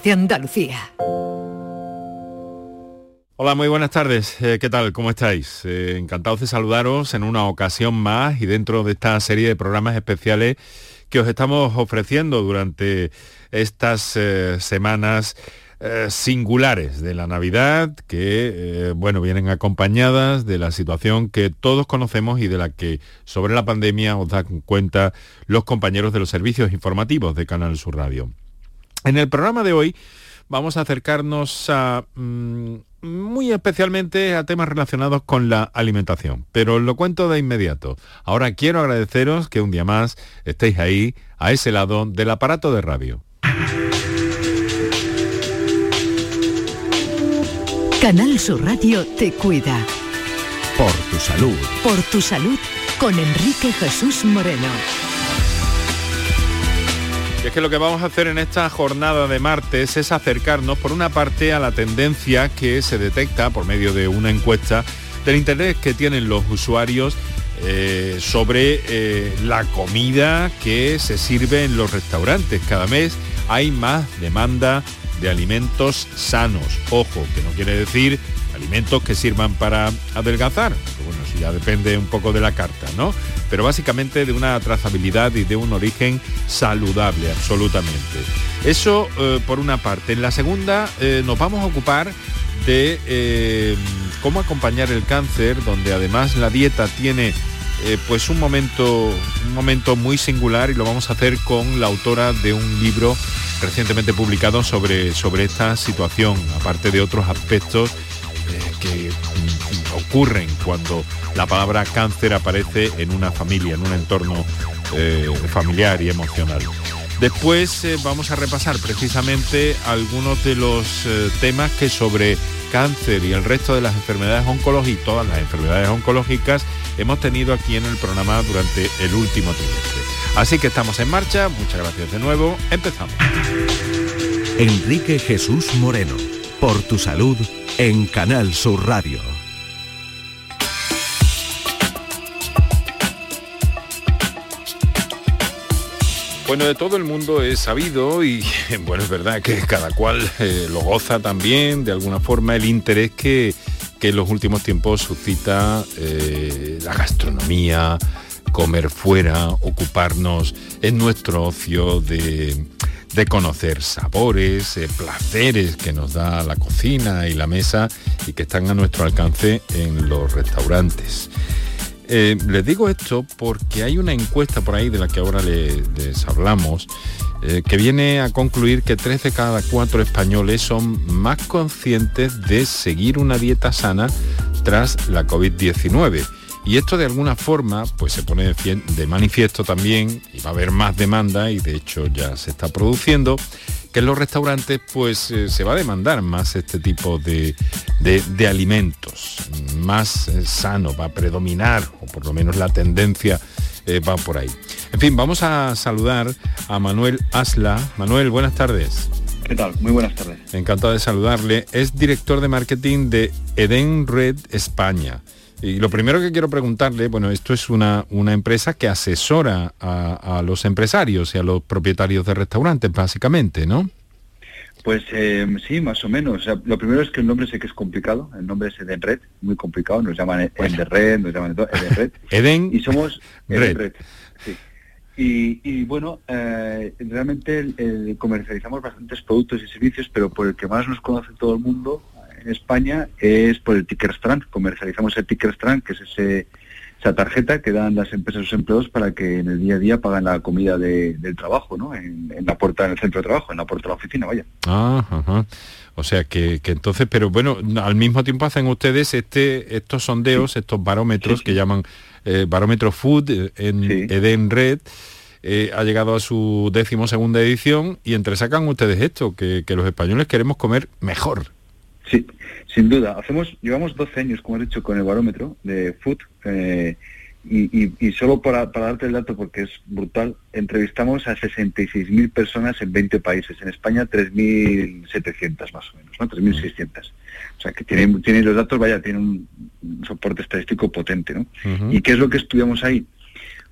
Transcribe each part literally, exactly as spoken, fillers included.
de Andalucía. Hola, muy buenas tardes. Eh, ¿Qué tal? ¿Cómo estáis? Eh, encantados de saludaros en una ocasión más y dentro de esta serie de programas especiales que os estamos ofreciendo durante estas eh, semanas eh, singulares de la Navidad, que eh, bueno, vienen acompañadas de la situación que todos conocemos y de la que sobre la pandemia os dan cuenta los compañeros de los servicios informativos de Canal Sur Radio. En el programa de hoy vamos a acercarnos a, mmm, muy especialmente a temas relacionados con la alimentación, pero os lo cuento de inmediato. Ahora quiero agradeceros que un día más estéis ahí, a ese lado del aparato de radio. Canal Sur Radio te cuida. Por tu salud. Por tu salud, con Enrique Jesús Moreno. Y es que lo que vamos a hacer en esta jornada de martes es acercarnos, por una parte, a la tendencia que se detecta por medio de una encuesta del interés que tienen los usuarios eh, sobre eh, la comida que se sirve en los restaurantes. Cada mes hay más demanda de alimentos sanos. Ojo, que no quiere decir alimentos que sirvan para adelgazar, que bueno, eso ya depende un poco de la carta, ¿no? Pero básicamente de una trazabilidad y de un origen saludable, absolutamente. Eso eh, por una parte. En la segunda eh, nos vamos a ocupar de eh, cómo acompañar el cáncer, donde además la dieta tiene eh, pues un momento, un momento muy singular, y lo vamos a hacer con la autora de un libro recientemente publicado sobre, sobre esta situación, aparte de otros aspectos que ocurren cuando la palabra cáncer aparece en una familia, en un entorno eh, familiar y emocional. Después eh, vamos a repasar precisamente algunos de los eh, temas que sobre cáncer y el resto de las enfermedades oncológicas, y todas las enfermedades oncológicas, hemos tenido aquí en el programa durante el último trimestre. Así que estamos en marcha, muchas gracias de nuevo, empezamos. Enrique Jesús Moreno, por tu salud, en Canal Sur Radio. Bueno, de todo el mundo es sabido, y bueno, es verdad que cada cual eh, lo goza también, de alguna forma, el interés que, que en los últimos tiempos suscita eh, la gastronomía, comer fuera, ocuparnos en nuestro ocio de... de conocer sabores, eh, placeres que nos da la cocina y la mesa y que están a nuestro alcance en los restaurantes. Eh, les digo esto porque hay una encuesta por ahí de la que ahora les, les hablamos, eh, que viene a concluir que tres de cada cuatro españoles son más conscientes de seguir una dieta sana tras la covid diecinueve. Y esto de alguna forma pues se pone de manifiesto también, y va a haber más demanda, y de hecho ya se está produciendo, que en los restaurantes pues eh, se va a demandar más este tipo de, de, de alimentos, más eh, sano, va a predominar, o por lo menos la tendencia eh, va por ahí. En fin, vamos a saludar a Manuel Asla. Manuel, buenas tardes. ¿Qué tal? Muy buenas tardes. Encantado de saludarle. Es director de marketing de Edenred España. Y lo primero que quiero preguntarle, bueno, esto es una, una empresa que asesora a, a los empresarios y a los propietarios de restaurantes, básicamente, ¿no? Pues eh, sí, más o menos. O sea, lo primero es que el nombre sé que es complicado. El nombre es Edenred, muy complicado. Nos llaman Edenred, nos llaman Edenred. Eden y somos Edenred. Red. Sí. Y, y bueno, eh, realmente el, el comercializamos bastantes productos y servicios, pero por el que más nos conoce todo el mundo en España es por el ticket restaurant. Comercializamos el ticket restaurant, que es ese, esa tarjeta que dan las empresas a sus empleados para que en el día a día paguen la comida de, del trabajo, ¿no? En, en la puerta, en el centro de trabajo, en la puerta de la oficina, vaya. Ah, ajá. O sea que, que entonces, pero bueno, al mismo tiempo hacen ustedes este, estos sondeos, sí. estos barómetros sí, sí. que llaman eh, barómetro Food en sí. Edenred. Eh, ha llegado a su décimo segunda edición, y entresacan ustedes esto, que, que los españoles queremos comer mejor. Sí, sin duda. Hacemos, llevamos doce años, como has dicho, con el barómetro de Food, eh, y, y, y solo para, para darte el dato, porque es brutal, entrevistamos a sesenta y seis mil personas en veinte países. En España tres mil setecientas más o menos, ¿no? tres mil seiscientas. O sea, que tienen, tienen los datos, vaya, tienen un soporte estadístico potente, ¿no? Uh-huh. ¿Y qué es lo que estudiamos ahí?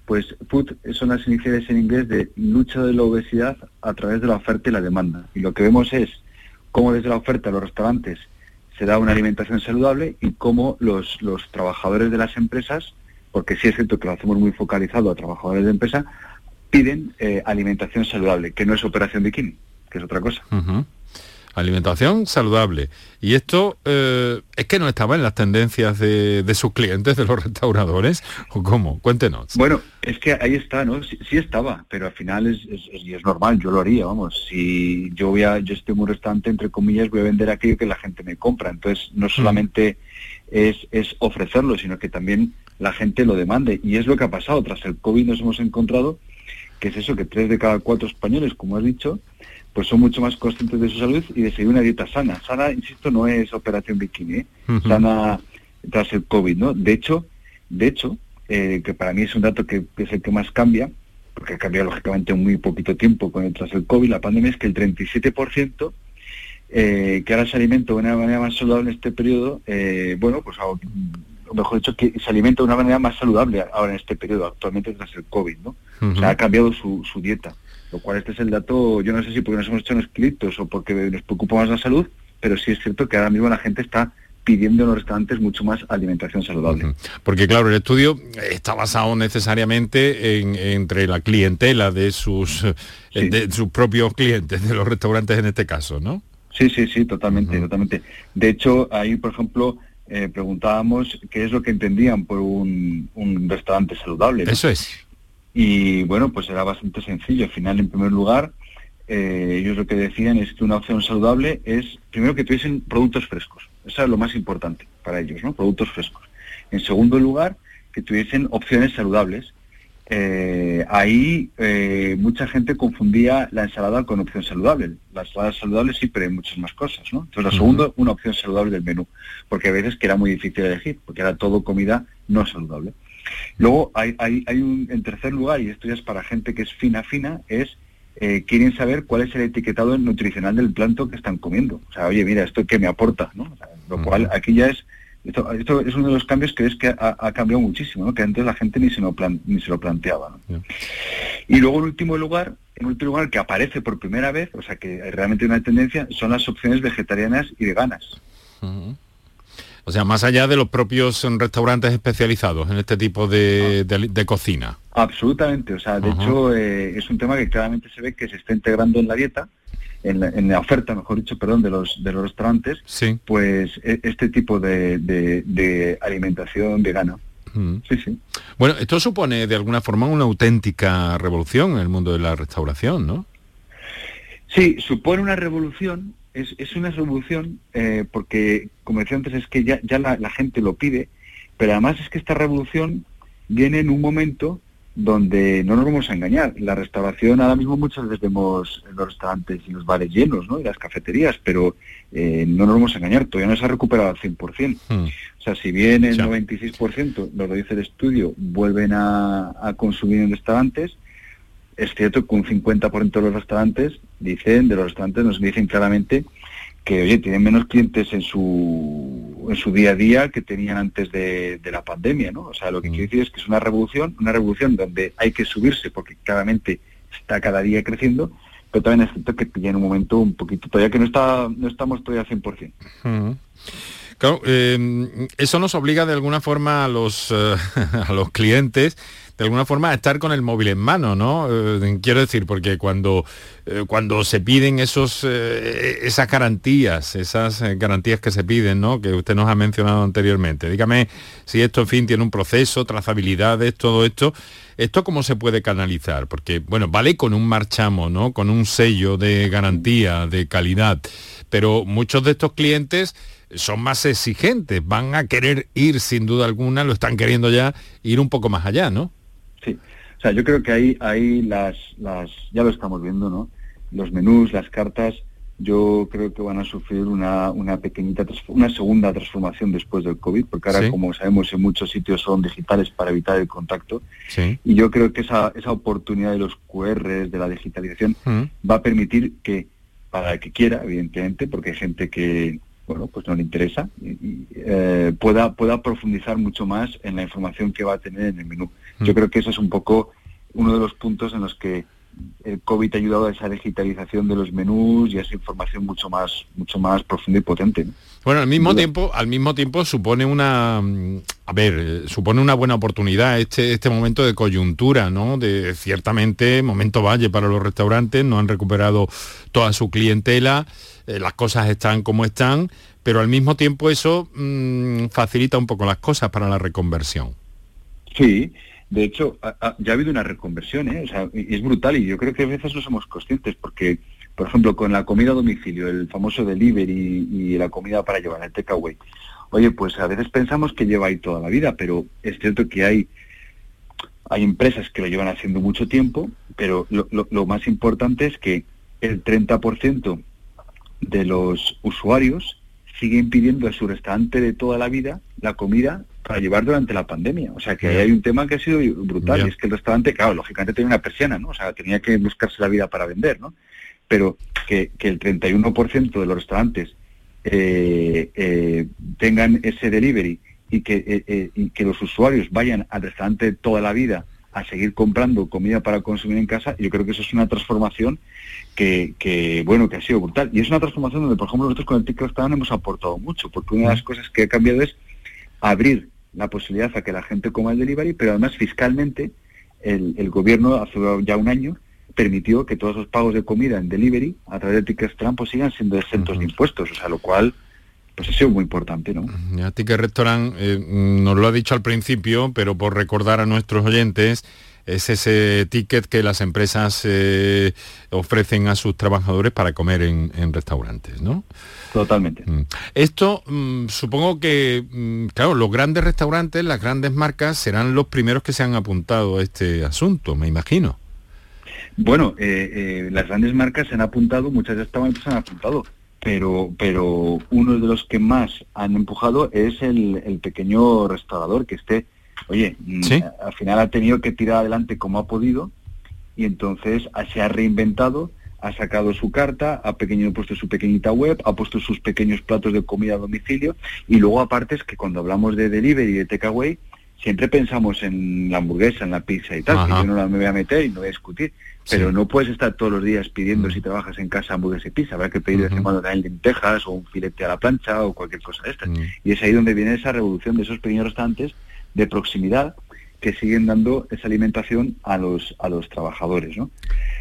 Pues P U T son las iniciales en inglés de lucha de la obesidad a través de la oferta y la demanda. Y lo que vemos es cómo desde la oferta de los restaurantes se da una alimentación saludable y cómo los, los trabajadores de las empresas, porque sí es cierto que lo hacemos muy focalizado a trabajadores de empresa, piden eh, alimentación saludable, que no es operación bikini, que es otra cosa. Uh-huh. Alimentación saludable. Y esto eh, es que no estaba en las tendencias de, de sus clientes, de los restauradores, ¿o cómo? Cuéntenos. Bueno, es que ahí está, ¿no? Sí, sí estaba, pero al final es, es, es, es normal, yo lo haría, vamos. Si yo voy a, yo estoy en un restaurante, entre comillas, voy a vender aquello que la gente me compra. Entonces, no solamente mm. es, es ofrecerlo, sino que también la gente lo demande. Y es lo que ha pasado. Tras el COVID nos hemos encontrado que es eso, que tres de cada cuatro españoles, como has dicho, pues son mucho más conscientes de su salud y de seguir una dieta sana. Sana, insisto, no es operación bikini, ¿eh? Uh-huh. Sana tras el COVID, ¿no? De hecho, de hecho, eh, que para mí es un dato que es el que más cambia, porque ha cambiado lógicamente en muy poquito tiempo con el, tras el COVID, la pandemia, es que el treinta y siete por ciento eh, que ahora se alimenta de una manera más saludable en este periodo, eh, bueno, pues o mejor dicho, que se alimenta de una manera más saludable ahora en este periodo, actualmente tras el COVID, ¿no? Uh-huh. O sea, ha cambiado su, su dieta. Lo cual este es el dato, yo no sé si porque nos hemos hecho unos kilitos o porque nos preocupa más la salud, pero sí es cierto que ahora mismo la gente está pidiendo en los restaurantes mucho más alimentación saludable. Uh-huh. Porque claro, el estudio está basado necesariamente en, entre la clientela de sus, sí. de sus propios clientes, de los restaurantes en este caso, ¿no? Sí, sí, sí, totalmente, uh-huh. totalmente. De hecho, ahí, por ejemplo, eh, preguntábamos qué es lo que entendían por un, un restaurante saludable, ¿no? Eso es. Y bueno, pues era bastante sencillo. Al final, en primer lugar, eh, ellos lo que decían es que una opción saludable es, primero, que tuviesen productos frescos. Eso es lo más importante para ellos, ¿no? Productos frescos. En segundo lugar, que tuviesen opciones saludables. Eh, ahí eh, mucha gente confundía la ensalada con opción saludable. La ensalada saludable sí, pero hay muchas más cosas, ¿no? Entonces, lo uh-huh. segundo, una opción saludable del menú. Porque a veces que era muy difícil elegir, porque era todo comida no saludable. Luego hay, hay, hay un, en tercer lugar, y esto ya es para gente que es fina, fina, es eh, quieren saber cuál es el etiquetado nutricional del plato que están comiendo. O sea, oye, mira, ¿esto qué me aporta? ¿No? O sea, lo uh-huh. cual aquí ya es, esto, esto es uno de los cambios que es que ha, ha cambiado muchísimo, ¿no? Que antes la gente ni se lo, plan, ni se lo planteaba, ¿no? Yeah. Y luego en último lugar, en último lugar, que aparece por primera vez, o sea que realmente hay una tendencia, son las opciones vegetarianas y veganas. Uh-huh. O sea, más allá de los propios restaurantes especializados en este tipo de, de, de cocina. Absolutamente, o sea, de uh-huh. hecho eh, es un tema que claramente se ve que se está integrando en la dieta, en la, en la oferta, mejor dicho, perdón, de los de los restaurantes, sí. Pues este tipo de, de, de alimentación vegana. Uh-huh. Sí, sí. Bueno, esto supone de alguna forma una auténtica revolución en el mundo de la restauración, ¿no? Sí, supone una revolución. Es, es una revolución eh, porque, como decía antes, es que ya, ya la, la gente lo pide, pero además es que esta revolución viene en un momento donde no nos vamos a engañar. La restauración ahora mismo muchas veces vemos en los restaurantes y los bares llenos, ¿no? Y las cafeterías, pero eh, no nos vamos a engañar, todavía no se ha recuperado al cien por ciento. Hmm. O sea, si bien el noventa y seis por ciento, nos lo dice el estudio, vuelven a, a consumir en restaurantes, es cierto que un cincuenta por ciento de los restaurantes dicen, de los restaurantes nos dicen claramente que, oye, tienen menos clientes en su en su día a día que tenían antes de, de la pandemia, ¿no? O sea, lo que mm. quiero decir es que es una revolución, una revolución donde hay que subirse porque claramente está cada día creciendo, pero también es cierto que pilla en un momento un poquito, todavía que no está no estamos todavía al cien por ciento. Mm. Claro, eh, eso nos obliga de alguna forma a los uh, a los clientes de alguna forma a estar con el móvil en mano, ¿no? Eh, quiero decir, porque cuando eh, cuando se piden esos eh, esas garantías, esas eh, garantías que se piden, ¿no? Que usted nos ha mencionado anteriormente. Dígame si esto, en fin, tiene un proceso, trazabilidades, todo esto. ¿Esto cómo se puede canalizar? Porque, bueno, vale con un marchamo, ¿no? Con un sello de garantía, de calidad, pero muchos de estos clientes son más exigentes, van a querer ir sin duda alguna, lo están queriendo ya, ir un poco más allá, ¿no? Sí, o sea, yo creo que ahí, ahí las, las, ya lo estamos viendo, ¿no? Los menús, las cartas, yo creo que van a sufrir una, una pequeñita, una segunda transformación después del COVID, porque ahora, sí. como sabemos, en muchos sitios son digitales para evitar el contacto, sí. y yo creo que esa, esa oportunidad de los cu erres, de la digitalización, mm. va a permitir que, para el que quiera, evidentemente, porque hay gente que bueno, pues no le interesa, y, y, eh, pueda, pueda profundizar mucho más en la información que va a tener en el menú. Mm. Yo creo que ese es un poco uno de los puntos en los que el COVID ha ayudado a esa digitalización de los menús y a esa información mucho más, mucho más profunda y potente, ¿no? Bueno, al mismo tiempo, al mismo tiempo supone una, a ver, supone una buena oportunidad este, este momento de coyuntura, ¿no? De ciertamente momento valle para los restaurantes, no han recuperado toda su clientela, eh, las cosas están como están, pero al mismo tiempo eso mmm, facilita un poco las cosas para la reconversión. Sí. De hecho, a, a, ya ha habido una reconversión, ¿eh? O sea, y es brutal, y yo creo que a veces no somos conscientes, porque, por ejemplo, con la comida a domicilio, el famoso delivery y, y la comida para llevar, el takeaway, oye, pues a veces pensamos que lleva ahí toda la vida, pero es cierto que hay, hay empresas que lo llevan haciendo mucho tiempo, pero lo, lo, lo más importante es que el treinta por ciento de los usuarios siguen pidiendo a su restaurante de toda la vida la comida para llevar durante la pandemia. O sea, que ahí hay un tema que ha sido brutal, yeah. Y es que el restaurante, claro, lógicamente tenía una persiana, ¿no? O sea, tenía que buscarse la vida para vender, ¿no? Pero que, que el treinta y uno por ciento de los restaurantes eh, eh, tengan ese delivery y que, eh, eh, y que los usuarios vayan al restaurante toda la vida a seguir comprando comida para consumir en casa, yo creo que eso es una transformación que, que bueno, que ha sido brutal. Y es una transformación donde, por ejemplo, nosotros con el Ticket Restaurant hemos aportado mucho, porque una de las cosas que ha cambiado es abrir la posibilidad a que la gente coma el delivery, pero además fiscalmente el, el gobierno hace ya un año permitió que todos los pagos de comida en delivery a través de Ticket Restaurant pues sigan siendo exentos uh-huh. de impuestos, o sea, lo cual pues ha sido muy importante, ¿no? Ya, Ticket Restaurant eh, nos lo ha dicho al principio, pero por recordar a nuestros oyentes, es ese ticket que las empresas eh, ofrecen a sus trabajadores para comer en, en restaurantes, ¿no? Totalmente. Esto, mmm, supongo que, mmm, claro, los grandes restaurantes, las grandes marcas, serán los primeros que se han apuntado a este asunto, me imagino. Bueno, eh, eh, las grandes marcas se han apuntado, muchas restaurantes se han apuntado, pero pero uno de los que más han empujado es el, el pequeño restaurador, que esté, oye, ¿sí? Al final ha tenido que tirar adelante como ha podido, y entonces se ha reinventado, ha sacado su carta, ha pequeño puesto su pequeñita web, ha puesto sus pequeños platos de comida a domicilio, y luego aparte es que cuando hablamos de delivery y de takeaway, siempre pensamos en la hamburguesa, en la pizza y tal, Ajá. que yo no la me voy a meter y no voy a discutir, pero sí. no puedes estar todos los días pidiendo, mm. si trabajas en casa, hamburguesa y pizza, habrá que pedir uh-huh. de vez en cuando también lentejas o un filete a la plancha o cualquier cosa de estas. Mm. Y es ahí donde viene esa revolución de esos pequeños restaurantes de proximidad que siguen dando esa alimentación a los a los trabajadores, ¿no?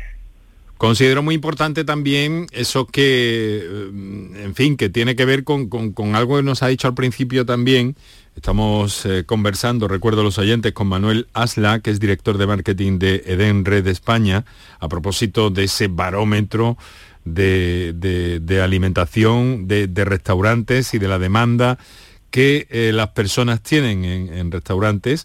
Considero muy importante también eso que, en fin, que tiene que ver con, con, con algo que nos ha dicho al principio también. Estamos eh, conversando, recuerdo a los oyentes, con Manuel Asla, que es director de marketing de Eden Red España, a propósito de ese barómetro de, de, de alimentación, de, de restaurantes y de la demanda que eh, las personas tienen en, en restaurantes.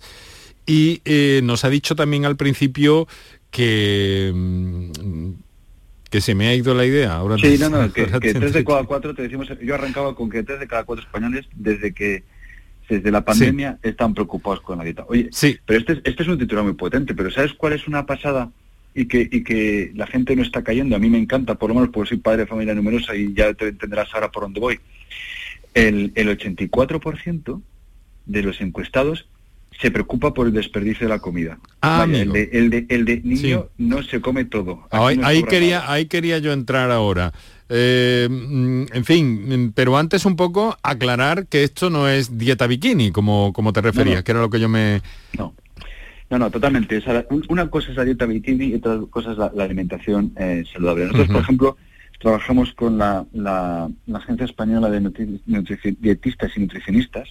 Y eh, nos ha dicho también al principio que... Mmm, que se me ha ido la idea. Ahora sí, no, no, que, que tres de cada cuatro, te decimos, yo arrancaba con que tres de cada cuatro españoles, desde que desde la pandemia, sí. están preocupados con la dieta. Oye, sí. pero este, este es un titular muy potente, pero ¿sabes cuál es una pasada? Y que, y que la gente no está cayendo. A mí me encanta, por lo menos porque soy padre de familia numerosa y ya te entenderás ahora por dónde voy. El, el ochenta y cuatro por ciento de los encuestados se preocupa por el desperdicio de la comida. Ah, Vaya, el, de, el, de, el de niño sí. no se come todo. Ahí, no ahí, quería, ahí quería yo entrar ahora. Eh, en fin, pero antes un poco aclarar que esto no es dieta bikini, como, como te referías, no, no. que era lo que yo me... No, no, no totalmente. O sea, una cosa es la dieta bikini y otra cosa es la, la alimentación eh, saludable. Nosotros, uh-huh. por ejemplo, trabajamos con la, la, la Agencia Española de Nutri- Nutri- Dietistas y Nutricionistas.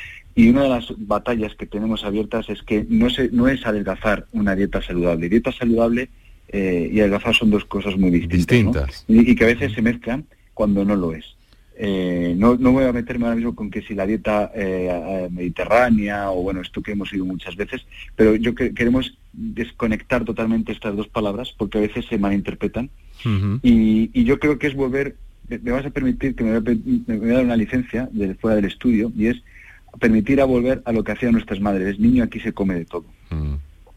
Y una de las batallas que tenemos abiertas es que no, se, no es adelgazar una dieta saludable. Dieta saludable eh, y adelgazar son dos cosas muy distintas. distintas. ¿no? Y, y que a veces se mezclan cuando no lo es. Eh, no, no voy a meterme ahora mismo con que si la dieta eh, mediterránea o bueno, esto que hemos oído muchas veces, pero yo que, queremos desconectar totalmente estas dos palabras porque a veces se malinterpretan. Uh-huh. Y, y yo creo que es volver, me vas a permitir que me voy a, me voy a dar una licencia de fuera del estudio y es permitir a volver a lo que hacían nuestras madres. El niño aquí se come de todo. Mm.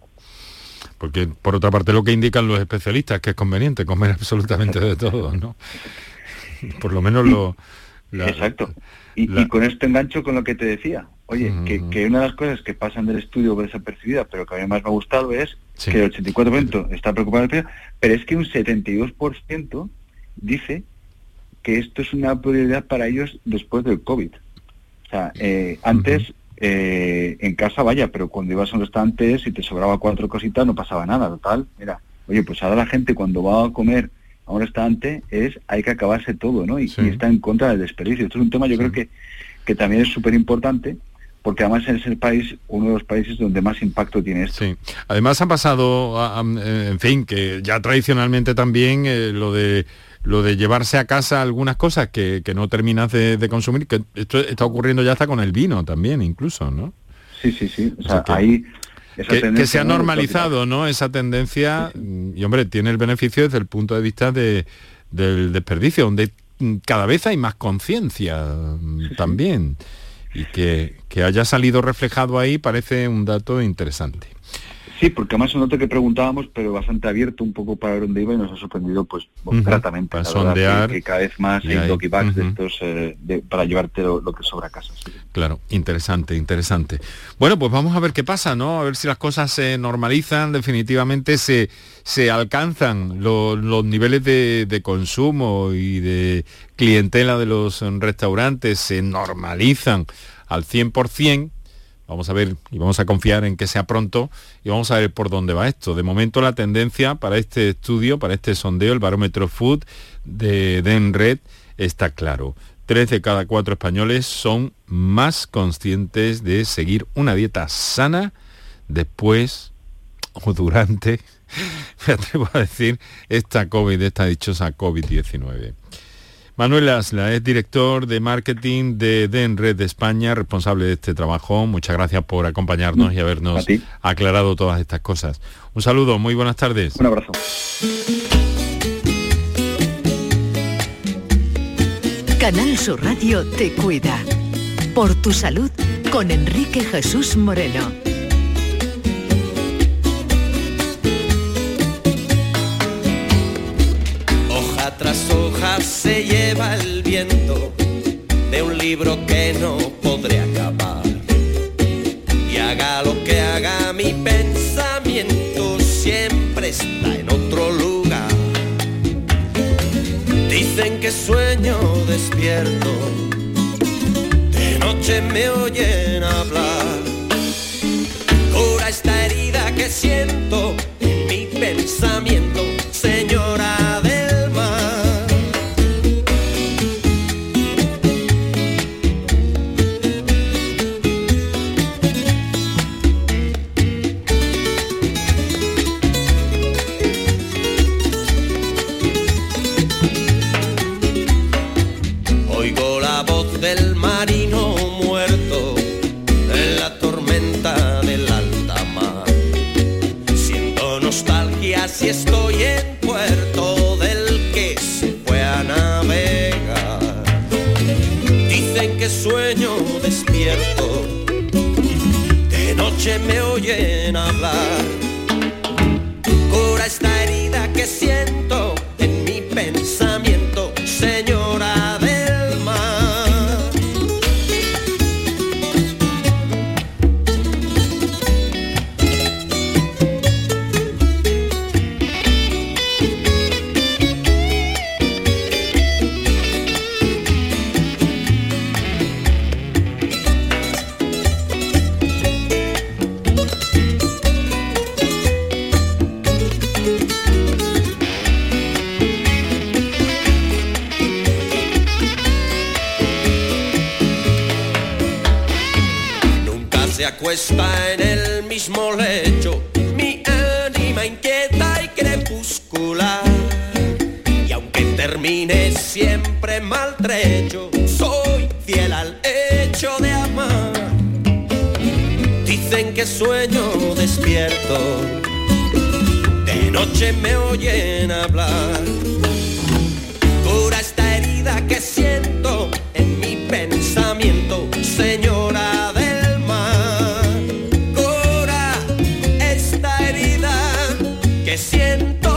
Porque, por otra parte, lo que indican los especialistas, que es conveniente comer absolutamente de todo, ¿no? Por lo menos lo, La, Exacto. Y, la... y con esto engancho con lo que te decía. Oye, uh-huh. que, que una de las cosas que pasan del estudio desapercibida, pero que a mí más me ha gustado, es sí. que el ochenta y cuatro por ciento está preocupado del precio, pero es que un setenta y dos por ciento dice que esto es una prioridad para ellos después del COVID. O sea, eh, antes uh-huh. eh, en casa vaya, pero cuando ibas a un restaurante, si te sobraba cuatro cositas no pasaba nada, total. Mira, oye, pues ahora la gente cuando va a comer a un restaurante es hay que acabarse todo, ¿no? Y, sí. y está en contra del desperdicio. Esto es un tema yo sí. creo que, que también es súper importante, porque además es el país, uno de los países donde más impacto tiene esto. Sí. Además ha pasado, a, a, en fin, que ya tradicionalmente también eh, lo de lo de llevarse a casa algunas cosas que, que no terminas de, de consumir, que esto está ocurriendo ya hasta con el vino también, incluso, ¿no? Sí, sí, sí. O sea, o sea que, ahí... Esa que, que se ha normalizado, ¿no? Esa tendencia, sí. y hombre, tiene el beneficio desde el punto de vista de, del desperdicio, donde cada vez hay más conciencia sí, también. Sí. Y que, que haya salido reflejado ahí parece un dato interesante. Sí, porque además es un dato que preguntábamos, pero bastante abierto un poco para dónde iba y nos ha sorprendido pues uh-huh. gratamente. Para sondear. Que, que cada vez más hay doggy bags uh-huh. de estos eh, de, para llevarte lo, lo que sobra a casa. Sí. Claro, interesante, interesante. Bueno, pues vamos a ver qué pasa, ¿no? A ver si las cosas se normalizan, definitivamente se, se alcanzan lo, los niveles de, de consumo y de clientela de los restaurantes, se normalizan al cien por ciento. Vamos a ver y vamos a confiar en que sea pronto y vamos a ver por dónde va esto. De momento la tendencia para este estudio, para este sondeo, el barómetro Food de Denred, está claro. Tres de cada cuatro españoles son más conscientes de seguir una dieta sana después o durante, me atrevo a decir, esta COVID, esta dichosa COVID diecinueve. Manuel Asla es director de marketing de Denred de España, responsable de este trabajo. Muchas gracias por acompañarnos y habernos aclarado todas estas cosas. Un saludo, muy buenas tardes. Un abrazo. Canal Sur Radio te cuida. Por tu salud, con Enrique Jesús Moreno. Tras hojas se lleva el viento de un libro que no podré acabar. Y haga lo que haga, mi pensamiento siempre está en otro lugar. Dicen que sueño despierto, de noche me oyen hablar. Cura esta herida que siento en mi pensamiento, señora de del marino muerto en la tormenta del alta mar. Siento nostalgia si estoy en puerto del que se fue a navegar. Dicen que sueño despierto, de noche me oyen hablar. Cura esta herida que siento en mi pensamiento, señora de acuesta en el mismo lecho, mi ánima inquieta y crepuscular. Y aunque termine siempre maltrecho, soy fiel al hecho de amar. Dicen que sueño despierto, de noche me oyen hablar. Cura esta herida que siento en mi pensamiento, señora de que siento.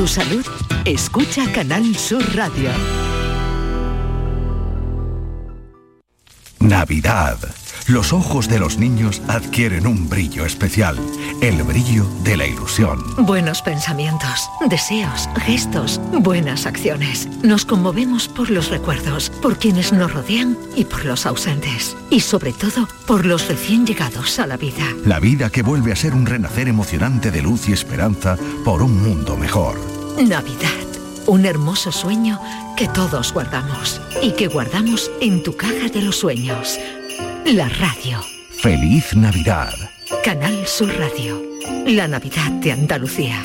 tu salud, escucha Canal Sur Radio. Navidad. Los ojos de los niños adquieren un brillo especial, el brillo de la ilusión. Buenos pensamientos, deseos, gestos, buenas acciones. Nos conmovemos por los recuerdos, por quienes nos rodean y por los ausentes. Y sobre todo, por los recién llegados a la vida. La vida que vuelve a ser un renacer emocionante de luz y esperanza por un mundo mejor. Navidad. Un hermoso sueño que todos guardamos y que guardamos en tu caja de los sueños. La radio. ¡Feliz Navidad! Canal Sur Radio. La Navidad de Andalucía.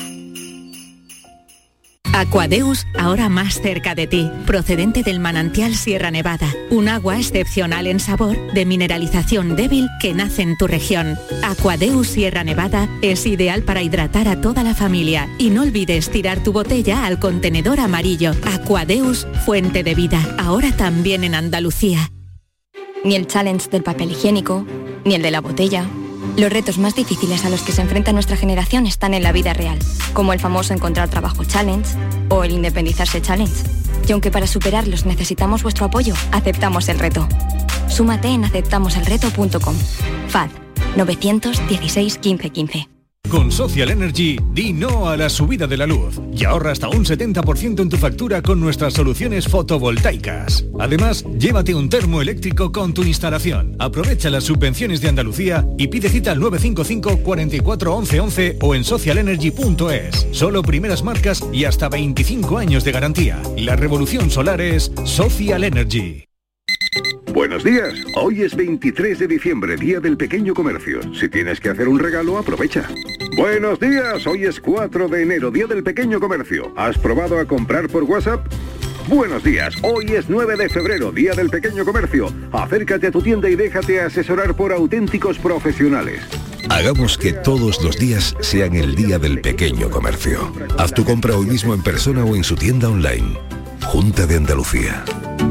Aquadeus, ahora más cerca de ti, procedente del manantial Sierra Nevada, un agua excepcional en sabor, de mineralización débil que nace en tu región. Aquadeus Sierra Nevada es ideal para hidratar a toda la familia y no olvides tirar tu botella al contenedor amarillo. Aquadeus, fuente de vida, ahora también en Andalucía. Ni el challenge del papel higiénico, ni el de la botella. Los retos más difíciles a los que se enfrenta nuestra generación están en la vida real, como el famoso encontrar trabajo challenge o el independizarse challenge. Y aunque para superarlos necesitamos vuestro apoyo, aceptamos el reto. Súmate en aceptamos el reto punto com. F A D nueve uno seis, quince, quince. Con Social Energy, di no a la subida de la luz y ahorra hasta un setenta por ciento en tu factura con nuestras soluciones fotovoltaicas. Además, llévate un termo eléctrico con tu instalación. Aprovecha las subvenciones de Andalucía y pide cita al nueve cinco cinco, cuatro cuatro, once, once o en social energy punto es. Solo primeras marcas y hasta veinticinco años de garantía. La revolución solar es Social Energy. Buenos días, hoy es veintitrés de diciembre, Día del Pequeño Comercio. Si tienes que hacer un regalo, aprovecha. Buenos días, hoy es cuatro de enero, Día del Pequeño Comercio. ¿Has probado a comprar por WhatsApp? Buenos días, hoy es nueve de febrero, Día del Pequeño Comercio. Acércate a tu tienda y déjate asesorar por auténticos profesionales. Hagamos que todos los días sean el Día del Pequeño Comercio. Haz tu compra hoy mismo en persona o en su tienda online. Junta de Andalucía.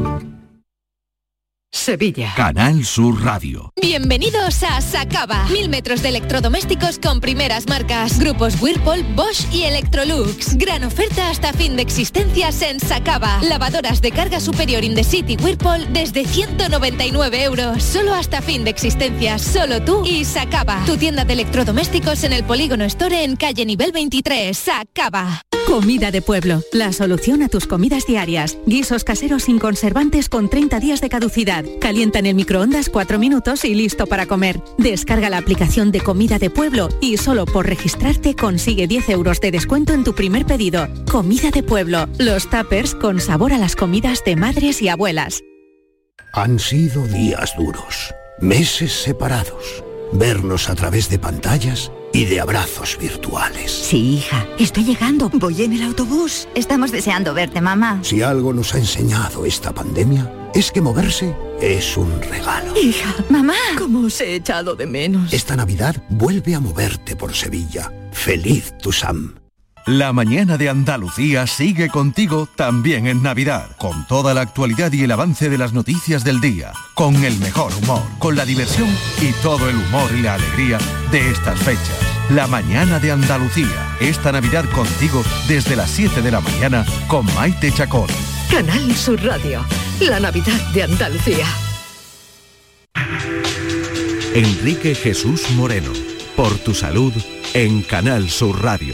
Sevilla. Canal Sur Radio. Bienvenidos a Sacaba. Mil metros de electrodomésticos con primeras marcas. Grupos Whirlpool, Bosch y Electrolux. Gran oferta hasta fin de existencias en Sacaba. Lavadoras de carga superior in the city Whirlpool desde ciento noventa y nueve euros. Solo hasta fin de existencias. Solo tú y Sacaba. Tu tienda de electrodomésticos en el Polígono Store en calle nivel veintitrés. Sacaba. Comida de Pueblo, la solución a tus comidas diarias. Guisos caseros sin conservantes con treinta días de caducidad. Calienta en el microondas cuatro minutos y listo para comer. Descarga la aplicación de Comida de Pueblo y solo por registrarte consigue diez euros de descuento en tu primer pedido. Comida de Pueblo, los tuppers con sabor a las comidas de madres y abuelas. Han sido días duros, meses separados, vernos a través de pantallas y de abrazos virtuales. Sí, hija, estoy llegando. Voy en el autobús. Estamos deseando verte, mamá. Si algo nos ha enseñado esta pandemia, es que moverse es un regalo. Hija, mamá, ¿cómo os he echado de menos? Esta Navidad vuelve a moverte por Sevilla. Feliz Tusam. La mañana de Andalucía sigue contigo también en Navidad, con toda la actualidad y el avance de las noticias del día, con el mejor humor, con la diversión y todo el humor y la alegría de estas fechas. La mañana de Andalucía, esta Navidad contigo desde las siete de la mañana con Maite Chacón. Canal Sur Radio, la Navidad de Andalucía. Enrique Jesús Moreno, por tu salud en Canal Sur Radio.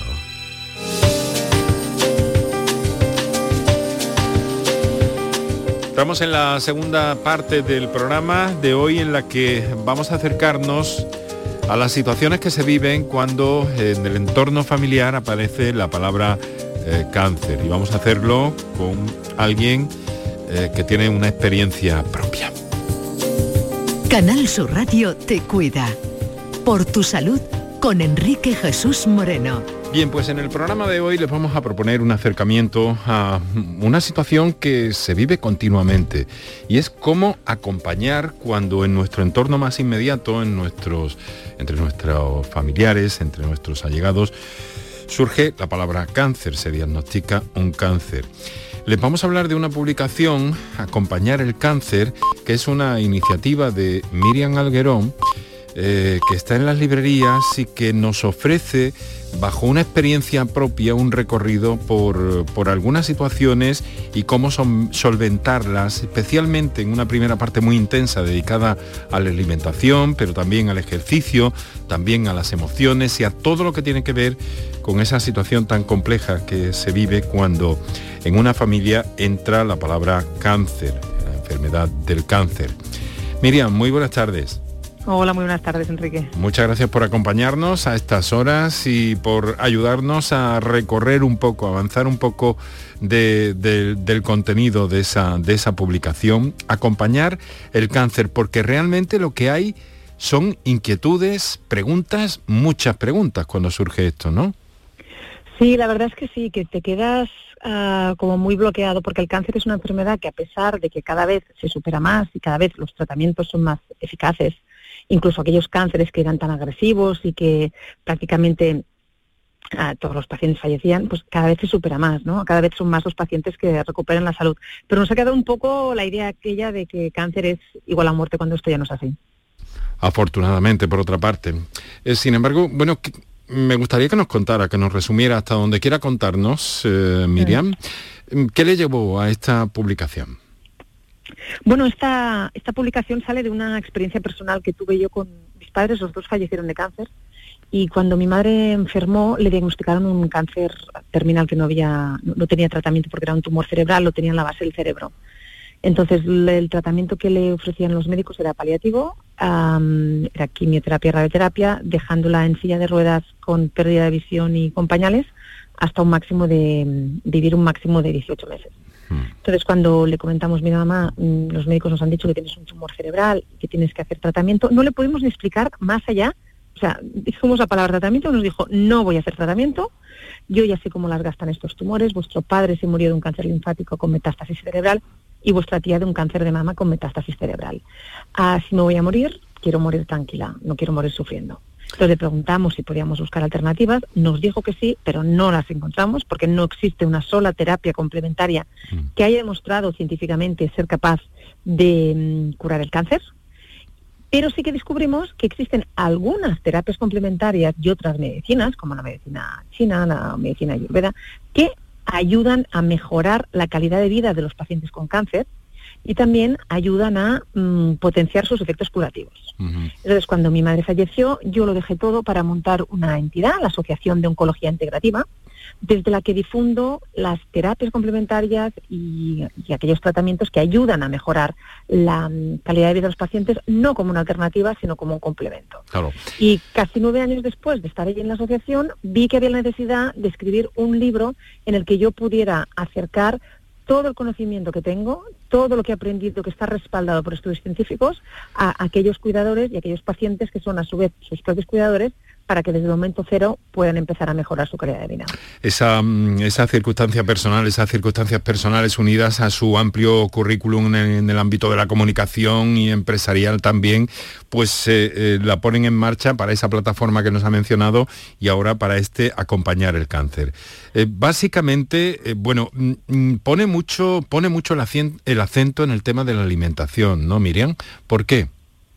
Estamos en la segunda parte del programa de hoy en la que vamos a acercarnos a las situaciones que se viven cuando en el entorno familiar aparece la palabra eh, cáncer. Y vamos a hacerlo con alguien eh, que tiene una experiencia propia. Canal Sur Radio te cuida. Por tu salud con Enrique Jesús Moreno. Bien, pues en el programa de hoy les vamos a proponer un acercamiento a una situación que se vive continuamente y es cómo acompañar cuando en nuestro entorno más inmediato, en nuestros, entre nuestros familiares, entre nuestros allegados, surge la palabra cáncer, se diagnostica un cáncer. Les vamos a hablar de una publicación, Acompañar el Cáncer, que es una iniciativa de Miriam Alguerón, eh, que está en las librerías y que nos ofrece, bajo una experiencia propia, un recorrido por, por algunas situaciones y cómo son, solventarlas, especialmente en una primera parte muy intensa dedicada a la alimentación, pero también al ejercicio, también a las emociones y a todo lo que tiene que ver con esa situación tan compleja que se vive cuando en una familia entra la palabra cáncer, la enfermedad del cáncer. Miriam, muy buenas tardes. Hola, muy buenas tardes, Enrique. Muchas gracias por acompañarnos a estas horas y por ayudarnos a recorrer un poco, avanzar un poco de, de, del contenido de esa, de esa publicación, acompañar el cáncer, porque realmente lo que hay son inquietudes, preguntas, muchas preguntas cuando surge esto, ¿no? Sí, la verdad es que sí, que te quedas uh, como muy bloqueado, porque el cáncer es una enfermedad que, a pesar de que cada vez se supera más y cada vez los tratamientos son más eficaces, incluso aquellos cánceres que eran tan agresivos y que prácticamente uh, todos los pacientes fallecían, pues cada vez se supera más, ¿no? Cada vez son más los pacientes que recuperan la salud. Pero nos ha quedado un poco la idea aquella de que cáncer es igual a muerte, cuando esto ya no es así. Afortunadamente, por otra parte. Eh, sin embargo, bueno, que, me gustaría que nos contara, que nos resumiera hasta donde quiera contarnos, eh, Miriam, sí. ¿Qué le llevó a esta publicación? Bueno, esta, esta publicación sale de una experiencia personal que tuve yo con mis padres. Los dos fallecieron de cáncer, y cuando mi madre enfermó le diagnosticaron un cáncer terminal que no había, no tenía tratamiento, porque era un tumor cerebral, lo tenía en la base del cerebro. Entonces el tratamiento que le ofrecían los médicos era paliativo, um, era quimioterapia, radioterapia, dejándola en silla de ruedas con pérdida de visión y con pañales, hasta un máximo de, de vivir un máximo de dieciocho meses. Entonces, cuando le comentamos, mira mamá, los médicos nos han dicho que tienes un tumor cerebral, que tienes que hacer tratamiento, no le pudimos ni explicar más allá. O sea, dijimos la palabra tratamiento, nos dijo, no voy a hacer tratamiento, yo ya sé cómo las gastan estos tumores, vuestro padre se murió de un cáncer linfático con metástasis cerebral y vuestra tía de un cáncer de mama con metástasis cerebral. Ah, si me voy a morir, quiero morir tranquila, no quiero morir sufriendo. Entonces le preguntamos si podíamos buscar alternativas, nos dijo que sí, pero no las encontramos, porque no existe una sola terapia complementaria que haya demostrado científicamente ser capaz de um, curar el cáncer. Pero sí que descubrimos que existen algunas terapias complementarias y otras medicinas, como la medicina china, la medicina ayurveda, que ayudan a mejorar la calidad de vida de los pacientes con cáncer y también ayudan a mm, potenciar sus efectos curativos. Uh-huh. Entonces, cuando mi madre falleció, yo lo dejé todo para montar una entidad, la Asociación de Oncología Integrativa, desde la que difundo las terapias complementarias y, y aquellos tratamientos que ayudan a mejorar la um, calidad de vida de los pacientes, no como una alternativa, sino como un complemento. Claro. Y casi nueve años después de estar allí en la asociación, vi que había la necesidad de escribir un libro en el que yo pudiera acercar todo el conocimiento que tengo, todo lo que he aprendido, que está respaldado por estudios científicos, a aquellos cuidadores y aquellos pacientes que son a su vez sus propios cuidadores, para que desde el momento cero puedan empezar a mejorar su calidad de vida. Esa, esa circunstancia personal, esas circunstancias personales unidas a su amplio currículum en, en el ámbito de la comunicación y empresarial también, pues eh, eh, la ponen en marcha para esa plataforma que nos ha mencionado y ahora para este acompañar el cáncer. Eh, básicamente, eh, bueno, mm, pone mucho, pone mucho el, acien, el acento en el tema de la alimentación, ¿no, Miriam? ¿Por qué?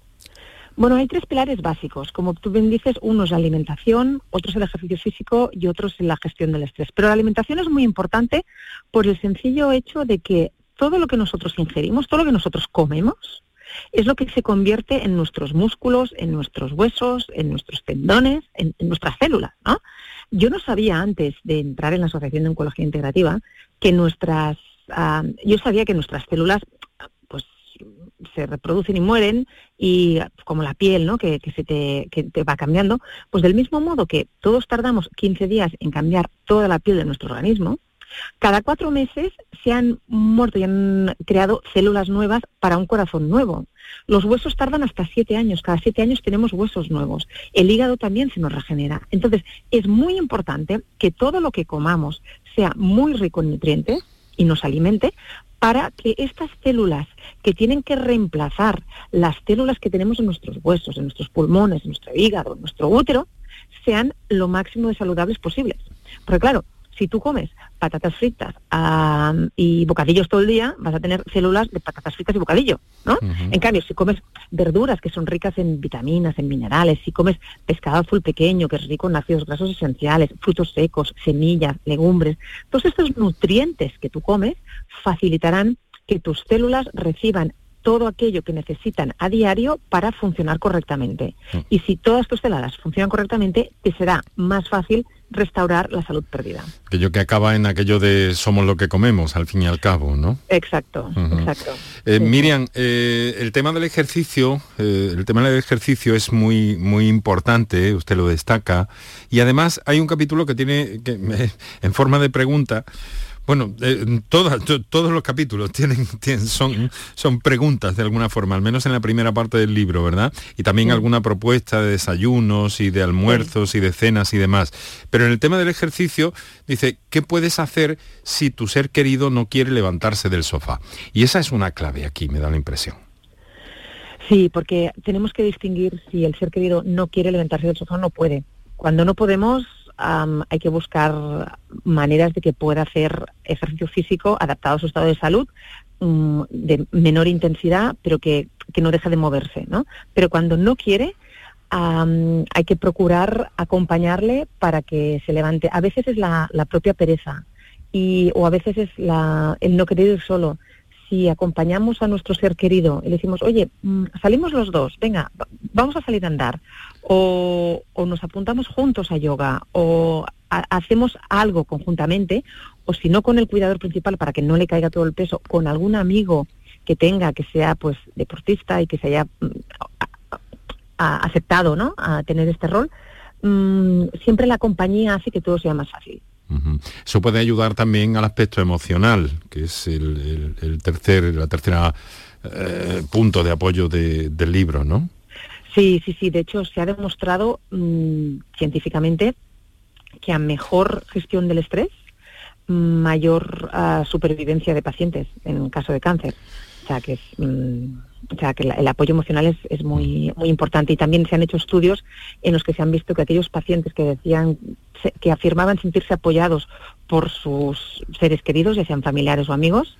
Bueno, hay tres pilares básicos. Como tú bien dices, uno es la alimentación, otro es el ejercicio físico y otro es la gestión del estrés. Pero la alimentación es muy importante por el sencillo hecho de que todo lo que nosotros ingerimos, todo lo que nosotros comemos, es lo que se convierte en nuestros músculos, en nuestros huesos, en nuestros tendones, en, en nuestras células, ¿no? Yo no sabía antes de entrar en la Asociación de Oncología Integrativa que nuestras... Uh, yo sabía que nuestras células pues se reproducen y mueren, y como la piel, ¿no? que, que se te, que te va cambiando, pues del mismo modo que todos tardamos quince días en cambiar toda la piel de nuestro organismo, cada cuatro meses se han muerto y han creado células nuevas para un corazón nuevo. Los huesos tardan hasta siete años, cada siete años tenemos huesos nuevos. El hígado también se nos regenera. Entonces, es muy importante que todo lo que comamos sea muy rico en nutrientes y nos alimente, para que estas células que tienen que reemplazar las células que tenemos en nuestros huesos, en nuestros pulmones, en nuestro hígado, en nuestro útero, sean lo máximo de saludables posibles. Porque claro, Si tú comes patatas fritas um, y bocadillos todo el día, vas a tener células de patatas fritas y bocadillo, ¿no? Uh-huh. En cambio, si comes verduras que son ricas en vitaminas, en minerales, si comes pescado azul pequeño, que es rico en ácidos grasos esenciales, frutos secos, semillas, legumbres, todos estos nutrientes que tú comes facilitarán que tus células reciban todo aquello que necesitan a diario para funcionar correctamente. Mm. Y si todas tus células funcionan correctamente, te será más fácil restaurar la salud perdida. Aquello que acaba en aquello de somos lo que comemos, al fin y al cabo, ¿no? Exacto, uh-huh. exacto. Eh, sí. Miriam, eh, el tema del ejercicio, eh, el tema del ejercicio es muy, muy importante, usted lo destaca, y además hay un capítulo que tiene, que, eh, en forma de pregunta. Bueno, eh, toda, to, todos los capítulos tienen, tienen son, son preguntas de alguna forma, al menos en la primera parte del libro, ¿verdad? Y también sí. alguna propuesta de desayunos y de almuerzos sí. y de cenas y demás. Pero en el tema del ejercicio, dice, ¿qué puedes hacer si tu ser querido no quiere levantarse del sofá? Y esa es una clave aquí, me da la impresión. Sí, porque tenemos que distinguir si el ser querido no quiere levantarse del sofá o no puede. Cuando no podemos... Um, hay que buscar maneras de que pueda hacer ejercicio físico adaptado a su estado de salud, um, de menor intensidad, pero que, que no deja de moverse, ¿no? Pero cuando no quiere, um, hay que procurar acompañarle para que se levante. A veces es la, la propia pereza y, o a veces es la, el no querer ir solo. Si acompañamos a nuestro ser querido y le decimos, oye, salimos los dos, venga, vamos a salir a andar, o, o nos apuntamos juntos a yoga, o a, hacemos algo conjuntamente, o si no con el cuidador principal para que no le caiga todo el peso, con algún amigo que tenga, que sea pues deportista y que se haya a, a, aceptado, ¿no?, a tener este rol, mmm, siempre la compañía hace que todo sea más fácil. Uh-huh. Eso puede ayudar también al aspecto emocional, que es el, el, el tercer, la tercera eh, punto de apoyo de, del libro, ¿no? Sí, sí, sí. De hecho, se ha demostrado mmm, científicamente que a mejor gestión del estrés, mayor uh, supervivencia de pacientes en caso de cáncer. O sea, que es... Mmm, O sea, que el apoyo emocional es, es muy muy importante, y también se han hecho estudios en los que se han visto que aquellos pacientes que decían, que afirmaban sentirse apoyados por sus seres queridos, ya sean familiares o amigos,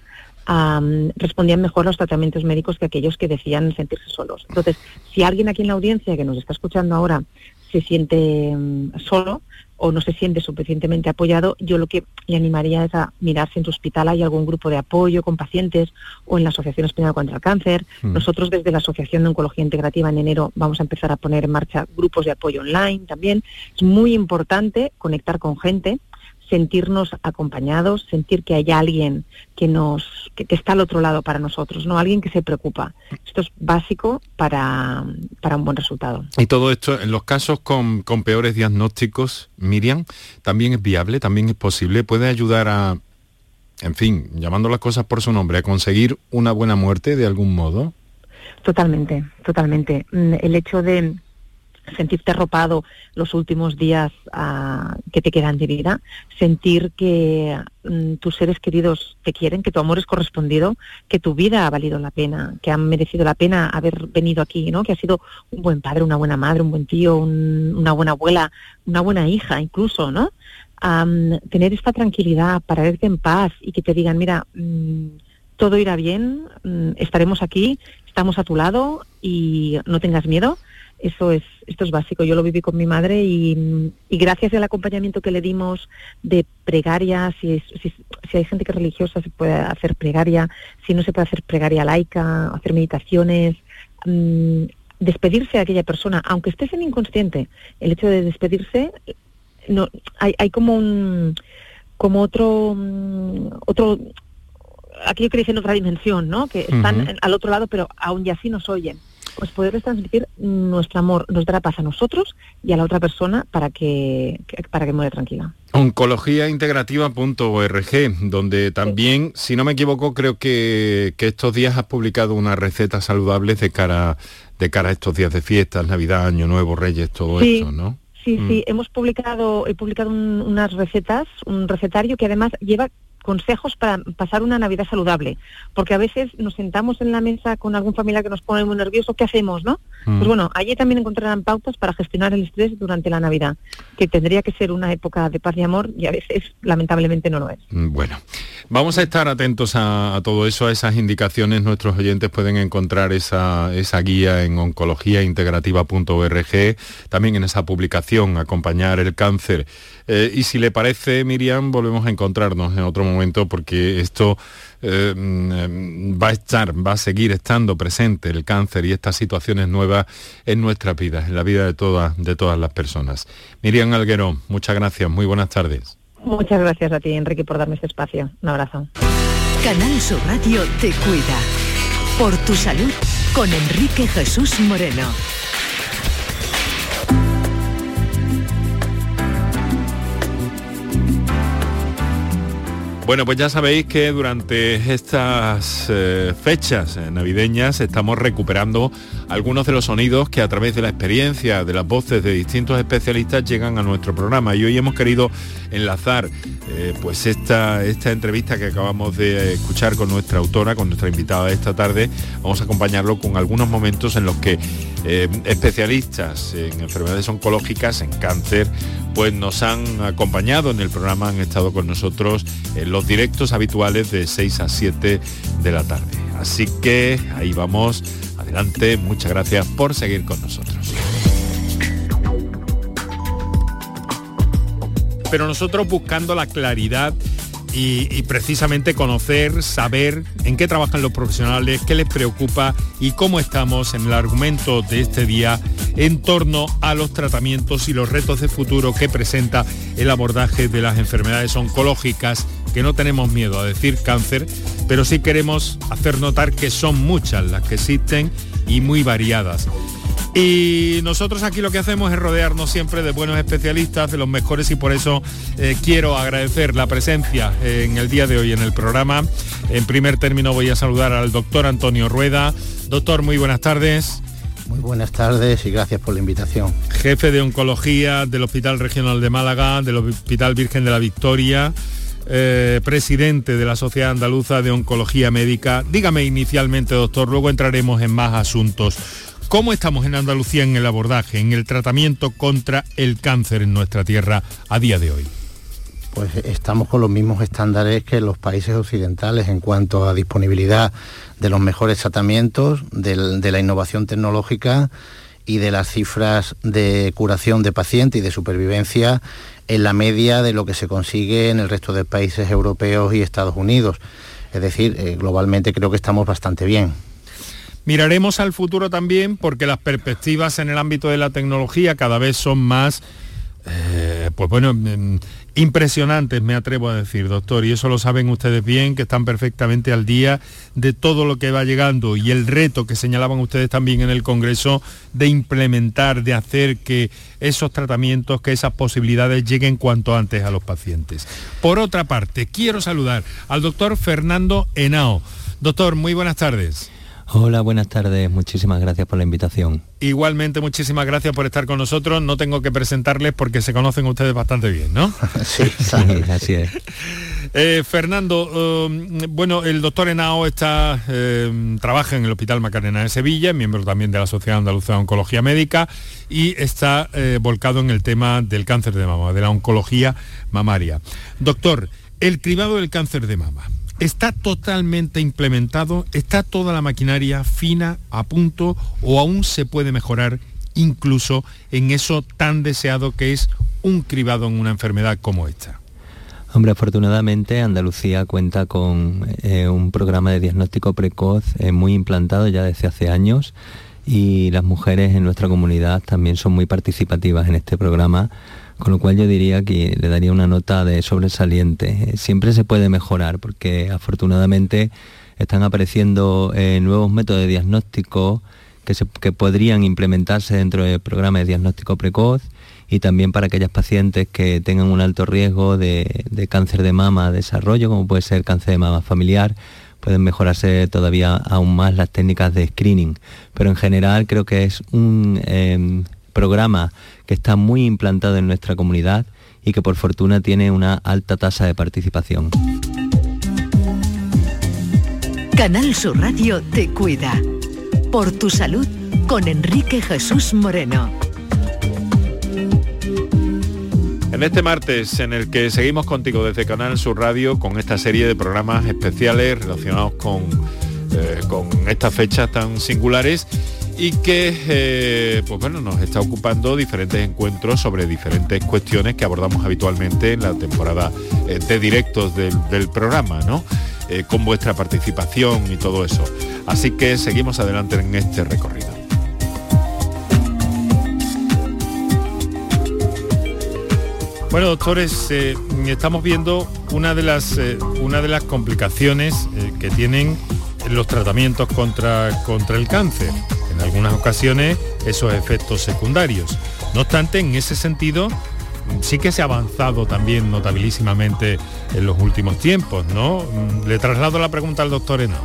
um, respondían mejor a los tratamientos médicos que aquellos que decían sentirse solos. Entonces, si alguien aquí en la audiencia que nos está escuchando ahora se siente um, solo o no se siente suficientemente apoyado, yo lo que le animaría es a mirar si en tu hospital hay algún grupo de apoyo con pacientes o en la Asociación Española contra el Cáncer. Mm. Nosotros desde la Asociación de Oncología Integrativa en enero vamos a empezar a poner en marcha grupos de apoyo online también. Es muy importante conectar con gente, sentirnos acompañados, sentir que hay alguien que nos que, que está al otro lado para nosotros, no alguien que se preocupa. Esto es básico para, para un buen resultado. Y todo esto, en los casos con, con peores diagnósticos, Miriam, ¿también es viable? ¿También es posible? ¿Puede ayudar a, en fin, llamando las cosas por su nombre, a conseguir una buena muerte de algún modo? Totalmente, totalmente. El hecho de sentirte arropado los últimos días uh, que te quedan de vida, sentir que um, tus seres queridos te quieren, que tu amor es correspondido, que tu vida ha valido la pena, que ha merecido la pena haber venido aquí, ¿no? Que has sido un buen padre, una buena madre, un buen tío, un, una buena abuela, una buena hija incluso, ¿no? Um, tener esta tranquilidad para verte en paz y que te digan, mira, um, todo irá bien, um, estaremos aquí, estamos a tu lado y no tengas miedo. Eso es, esto es básico. Yo lo viví con mi madre y, y gracias al acompañamiento que le dimos de plegaria, si, si, si hay gente que es religiosa se puede hacer plegaria, si no se puede hacer plegaria laica, hacer meditaciones, mmm, despedirse de aquella persona, aunque estés en inconsciente, el hecho de despedirse, no, hay, hay como un, como otro, otro, aquello que dicen otra dimensión, ¿no? Que están uh-huh. al otro lado, pero aún y así nos oyen. Pues poderles transmitir nuestro amor, nos dará paz a nosotros y a la otra persona para que, que para que muera tranquila. oncología integrativa punto org, donde también, sí. si no me equivoco, creo que, que estos días has publicado unas recetas saludables de cara, de cara a estos días de fiestas, Navidad, Año Nuevo, Reyes, todo sí. esto, ¿no? Sí, mm. sí, hemos publicado, he publicado un, unas recetas, un recetario que además lleva consejos para pasar una Navidad saludable, porque a veces nos sentamos en la mesa con algún familiar que nos pone muy nervioso, ¿qué hacemos, no? Pues bueno, allí también encontrarán pautas para gestionar el estrés durante la Navidad, que tendría que ser una época de paz y amor y a veces lamentablemente no lo es. Bueno, vamos a estar atentos a, a todo eso, a esas indicaciones. Nuestros oyentes pueden encontrar esa, esa guía en oncología integrativa punto org, también en esa publicación, Acompañar el cáncer. Eh, y si le parece, Miriam, volvemos a encontrarnos en otro momento, porque esto eh, va a estar, va a seguir estando presente, el cáncer y estas situaciones nuevas en nuestras vidas, en la vida de todas, de todas las personas. Miriam Algueró, muchas gracias, muy buenas tardes. Muchas gracias a ti, Enrique, por darme este espacio. Un abrazo. Canal Sur Radio te cuida. Por tu salud, con Enrique Jesús Moreno. Bueno, pues ya sabéis que durante estas eh, fechas navideñas estamos recuperando algunos de los sonidos que a través de la experiencia de las voces de distintos especialistas llegan a nuestro programa. Y hoy hemos querido enlazar eh, pues esta, esta entrevista que acabamos de escuchar con nuestra autora, con nuestra invitada de esta tarde. Vamos a acompañarlo con algunos momentos en los que eh, especialistas en enfermedades oncológicas, en cáncer, pues nos han acompañado en el programa, han estado con nosotros en los directos habituales de seis a siete de la tarde. Así que ahí vamos, adelante, muchas gracias por seguir con nosotros. Pero nosotros buscando la claridad y, y precisamente conocer, saber en qué trabajan los profesionales, qué les preocupa y cómo estamos en el argumento de este día en torno a los tratamientos y los retos de futuro que presenta el abordaje de las enfermedades oncológicas, que no tenemos miedo a decir cáncer, pero sí queremos hacer notar que son muchas las que existen y muy variadas. Y nosotros aquí lo que hacemos es rodearnos siempre de buenos especialistas, de los mejores, y por eso eh, quiero agradecer la presencia eh, en el día de hoy en el programa. En primer término voy a saludar al doctor Antonio Rueda. Doctor, muy buenas tardes. Muy buenas tardes y gracias por la invitación. Jefe de oncología del Hospital Regional de Málaga, del Hospital Virgen de la Victoria, eh, presidente de la Sociedad Andaluza de Oncología Médica. Dígame inicialmente, doctor, luego entraremos en más asuntos. ¿Cómo estamos en Andalucía en el abordaje, en el tratamiento contra el cáncer en nuestra tierra a día de hoy? Pues estamos con los mismos estándares que los países occidentales en cuanto a disponibilidad de los mejores tratamientos, de, de la innovación tecnológica y de las cifras de curación de pacientes y de supervivencia en la media de lo que se consigue en el resto de países europeos y Estados Unidos. Es decir, eh, globalmente creo que estamos bastante bien. Miraremos al futuro también, porque las perspectivas en el ámbito de la tecnología cada vez son más, eh, pues bueno, eh, impresionantes, me atrevo a decir, doctor, y eso lo saben ustedes bien, que están perfectamente al día de todo lo que va llegando, y el reto que señalaban ustedes también en el Congreso de implementar, de hacer que esos tratamientos, que esas posibilidades lleguen cuanto antes a los pacientes. Por otra parte, quiero saludar al doctor Fernando Henao. Doctor, muy buenas tardes. Hola, buenas tardes. Muchísimas gracias por la invitación. Igualmente, muchísimas gracias por estar con nosotros. No tengo que presentarles porque se conocen ustedes bastante bien, ¿no? Sí, sí, así es. Eh, Fernando, eh, bueno, el doctor Henao está, eh, trabaja en el Hospital Macarena de Sevilla, miembro también de la Sociedad Andaluza de Oncología Médica, y está eh, volcado en el tema del cáncer de mama, de la oncología mamaria. Doctor, el cribado del cáncer de mama, ¿está totalmente implementado? ¿Está toda la maquinaria fina, a punto, o aún se puede mejorar incluso en eso tan deseado que es un cribado en una enfermedad como esta? Hombre, afortunadamente Andalucía cuenta con eh, un programa de diagnóstico precoz eh, muy implantado ya desde hace años, y las mujeres en nuestra comunidad también son muy participativas en este programa, con lo cual yo diría que le daría una nota de sobresaliente. Siempre se puede mejorar, porque afortunadamente están apareciendo eh, nuevos métodos de diagnóstico que, se, que podrían implementarse dentro del programa de diagnóstico precoz, y también para aquellas pacientes que tengan un alto riesgo de, de cáncer de mama desarrollo, como puede ser cáncer de mama familiar, pueden mejorarse todavía aún más las técnicas de screening. Pero en general creo que es un eh, programa que está muy implantado en nuestra comunidad y que por fortuna tiene una alta tasa de participación. Canal Sur Radio te cuida. Por tu salud, con Enrique Jesús Moreno. En este martes en el que seguimos contigo desde Canal Sur Radio con esta serie de programas especiales relacionados con, eh, con estas fechas tan singulares y que eh, pues bueno, nos está ocupando diferentes encuentros sobre diferentes cuestiones que abordamos habitualmente en la temporada eh, de directos del, del programa, ¿no? Eh, con vuestra participación y todo eso. Así que seguimos adelante en este recorrido. Bueno, doctores, eh, estamos viendo una de las, eh, una de las complicaciones eh, que tienen los tratamientos contra, contra el cáncer. En algunas ocasiones, esos efectos secundarios. No obstante, en ese sentido, sí que se ha avanzado también notabilísimamente en los últimos tiempos, ¿no? Le traslado la pregunta al doctor Henao.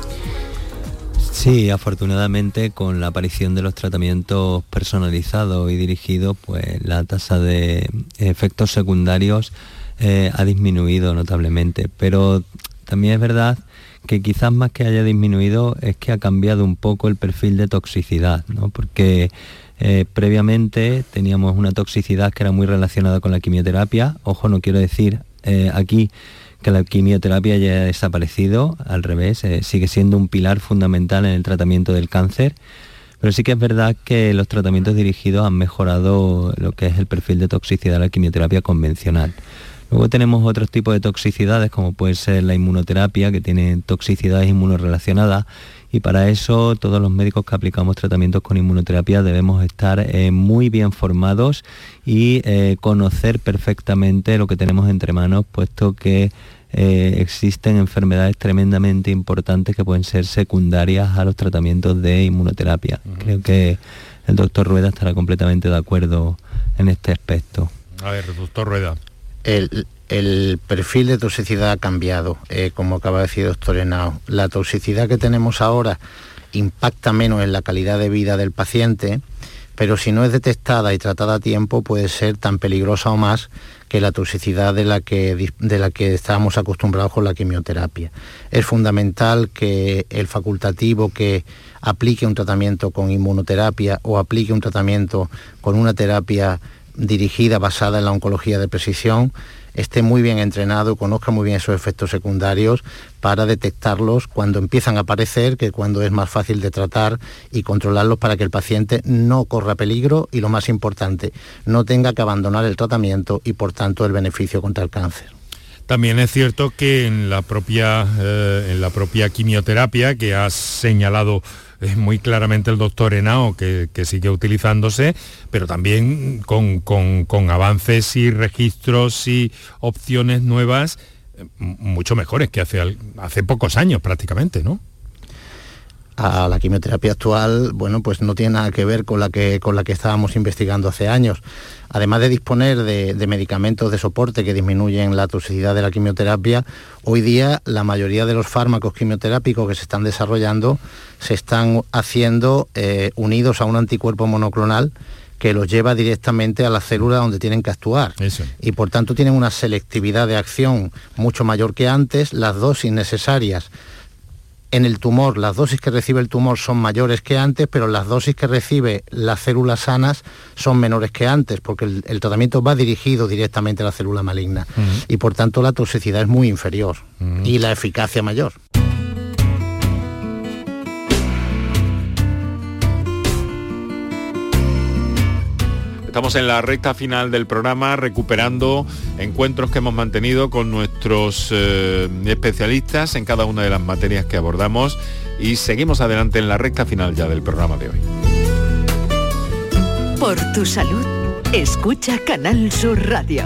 Sí, afortunadamente con la aparición de los tratamientos personalizados y dirigidos, pues la tasa de efectos secundarios eh, ha disminuido notablemente. Pero también es verdad que quizás más que haya disminuido es que ha cambiado un poco el perfil de toxicidad, ¿no? Porque eh, previamente teníamos una toxicidad que era muy relacionada con la quimioterapia. Ojo, no quiero decir eh, aquí que la quimioterapia ya haya desaparecido, al revés, eh, sigue siendo un pilar fundamental en el tratamiento del cáncer, pero sí que es verdad que los tratamientos dirigidos han mejorado lo que es el perfil de toxicidad de la quimioterapia convencional. Luego tenemos otros tipos de toxicidades, como puede ser la inmunoterapia, que tiene toxicidades inmunorrelacionadas, y para eso todos los médicos que aplicamos tratamientos con inmunoterapia debemos estar eh, muy bien formados y eh, conocer perfectamente lo que tenemos entre manos, puesto que eh, existen enfermedades tremendamente importantes que pueden ser secundarias a los tratamientos de inmunoterapia. Uh-huh. Creo que el doctor Rueda estará completamente de acuerdo en este aspecto. A ver, doctor Rueda. El, el perfil de toxicidad ha cambiado, eh, como acaba de decir el doctor Henao. La toxicidad que tenemos ahora impacta menos en la calidad de vida del paciente, pero si no es detectada y tratada a tiempo puede ser tan peligrosa o más que la toxicidad de la que, de la que estábamos acostumbrados con la quimioterapia. Es fundamental que el facultativo que aplique un tratamiento con inmunoterapia o aplique un tratamiento con una terapia dirigida, basada en la oncología de precisión, esté muy bien entrenado, conozca muy bien esos efectos secundarios para detectarlos cuando empiezan a aparecer, que cuando es más fácil de tratar, y controlarlos para que el paciente no corra peligro y, lo más importante, no tenga que abandonar el tratamiento y por tanto el beneficio contra el cáncer. También es cierto que en la propia, eh, en la propia quimioterapia que has señalado es muy claramente el doctor Henao, que, que sigue utilizándose, pero también con, con, con avances y registros y opciones nuevas mucho mejores que hace, hace pocos años prácticamente, ¿no? A la quimioterapia actual, bueno, pues no tiene nada que ver con la que, con la que estábamos investigando hace años. Además de disponer de, de medicamentos de soporte que disminuyen la toxicidad de la quimioterapia, hoy día la mayoría de los fármacos quimioterápicos que se están desarrollando se están haciendo eh, unidos a un anticuerpo monoclonal que los lleva directamente a las células donde tienen que actuar. Eso. Y por tanto tienen una selectividad de acción mucho mayor que antes. Las dosis necesarias en el tumor, las dosis que recibe el tumor son mayores que antes, pero las dosis que recibe las células sanas son menores que antes, porque el, el tratamiento va dirigido directamente a la célula maligna. Uh-huh. Y por tanto la toxicidad es muy inferior. Uh-huh. Y la eficacia mayor. Estamos en la recta final del programa, recuperando encuentros que hemos mantenido con nuestros eh, especialistas en cada una de las materias que abordamos, y seguimos adelante en la recta final ya del programa de hoy. Por tu salud, escucha Canal Sur Radio.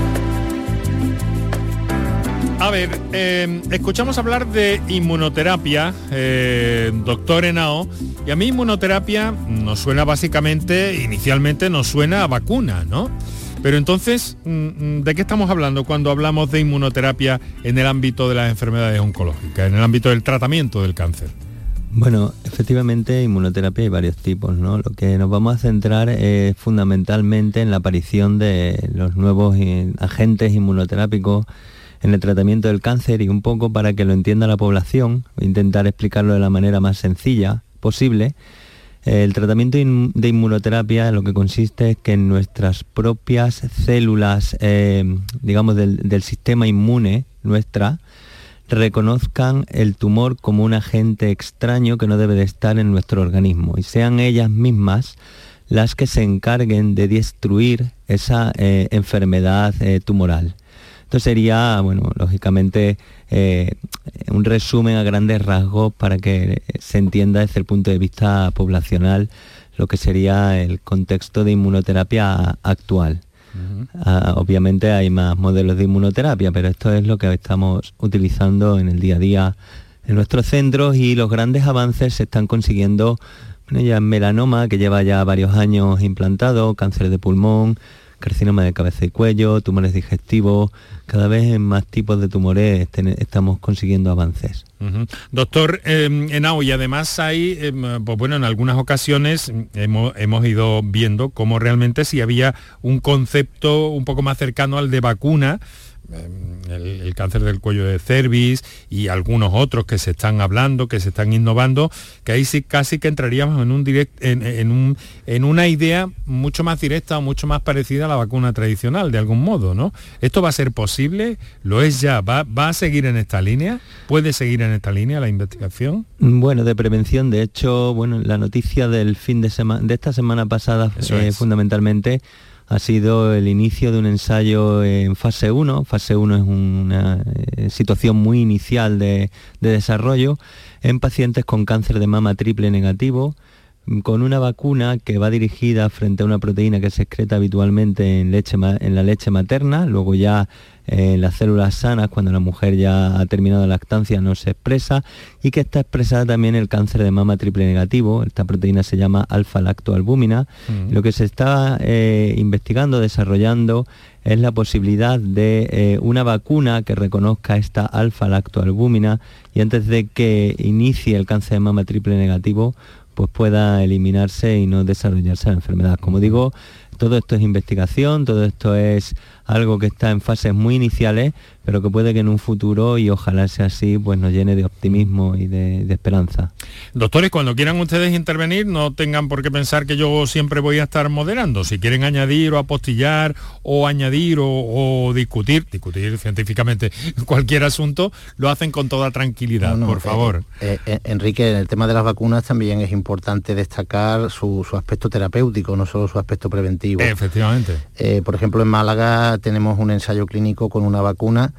A ver, eh, escuchamos hablar de inmunoterapia, eh, doctor Henao, y a mí inmunoterapia nos suena básicamente, inicialmente nos suena a vacuna, ¿no? Pero entonces, ¿de qué estamos hablando cuando hablamos de inmunoterapia en el ámbito de las enfermedades oncológicas, en el ámbito del tratamiento del cáncer? Bueno, efectivamente, inmunoterapia hay varios tipos, ¿no? Lo que nos vamos a centrar es fundamentalmente en la aparición de los nuevos agentes inmunoterápicos en el tratamiento del cáncer, y un poco para que lo entienda la población, intentar explicarlo de la manera más sencilla posible. El tratamiento de inmunoterapia lo que consiste es que en nuestras propias células, eh, digamos, del, del sistema inmune nuestra, reconozcan el tumor como un agente extraño que no debe de estar en nuestro organismo y sean ellas mismas las que se encarguen de destruir esa eh, enfermedad eh, tumoral. Esto sería, bueno, lógicamente, eh, un resumen a grandes rasgos para que se entienda desde el punto de vista poblacional lo que sería el contexto de inmunoterapia actual. Uh-huh. Ah, obviamente hay más modelos de inmunoterapia, pero esto es lo que estamos utilizando en el día a día en nuestros centros y los grandes avances se están consiguiendo, bueno, ya en melanoma, que lleva ya varios años implantado, cáncer de pulmón, carcinoma de cabeza y cuello, tumores digestivos, cada vez en más tipos de tumores ten, estamos consiguiendo avances. Uh-huh. Doctor eh, Henao, y además hay, eh, pues bueno, en algunas ocasiones hemos, hemos ido viendo cómo realmente si había un concepto un poco más cercano al de vacuna, El, el cáncer del cuello de cervix y algunos otros que se están hablando, que se están innovando, que ahí sí casi que entraríamos en un direct, en, en, un, en una idea mucho más directa o mucho más parecida a la vacuna tradicional, de algún modo, ¿no? ¿Esto va a ser posible? ¿Lo es ya? ¿Va, va a seguir en esta línea? ¿Puede seguir en esta línea la investigación? Bueno, de prevención, de hecho, bueno, la noticia del fin de semana, de esta semana pasada, eh, es. fundamentalmente, ha sido el inicio de un ensayo en fase uno. Fase uno es una eh, situación muy inicial de, de desarrollo en pacientes con cáncer de mama triple negativo, con una vacuna que va dirigida frente a una proteína que se excreta habitualmente en, leche, en la leche materna, luego ya en eh, las células sanas, cuando la mujer ya ha terminado la lactancia, no se expresa, y que está expresada también en el cáncer de mama triple negativo. Esta proteína se llama alfa-lactoalbúmina. Mm. Lo que se está eh, investigando, desarrollando, es la posibilidad de eh, una vacuna que reconozca esta alfa-lactoalbúmina y antes de que inicie el cáncer de mama triple negativo, pues pueda eliminarse y no desarrollarse la enfermedad. Como digo, todo esto es investigación, todo esto es algo que está en fases muy iniciales, pero que puede que en un futuro, y ojalá sea así, pues nos llene de optimismo y de, de esperanza. Doctores, cuando quieran ustedes intervenir, no tengan por qué pensar que yo siempre voy a estar moderando. Si quieren añadir o apostillar o añadir o, o discutir, discutir científicamente cualquier asunto, lo hacen con toda tranquilidad, no, no, por eh, favor. Eh, eh, Enrique, en el tema de las vacunas también es importante destacar su, su aspecto terapéutico, no solo su aspecto preventivo. Efectivamente. Eh, por ejemplo, en Málaga tenemos un ensayo clínico con una vacuna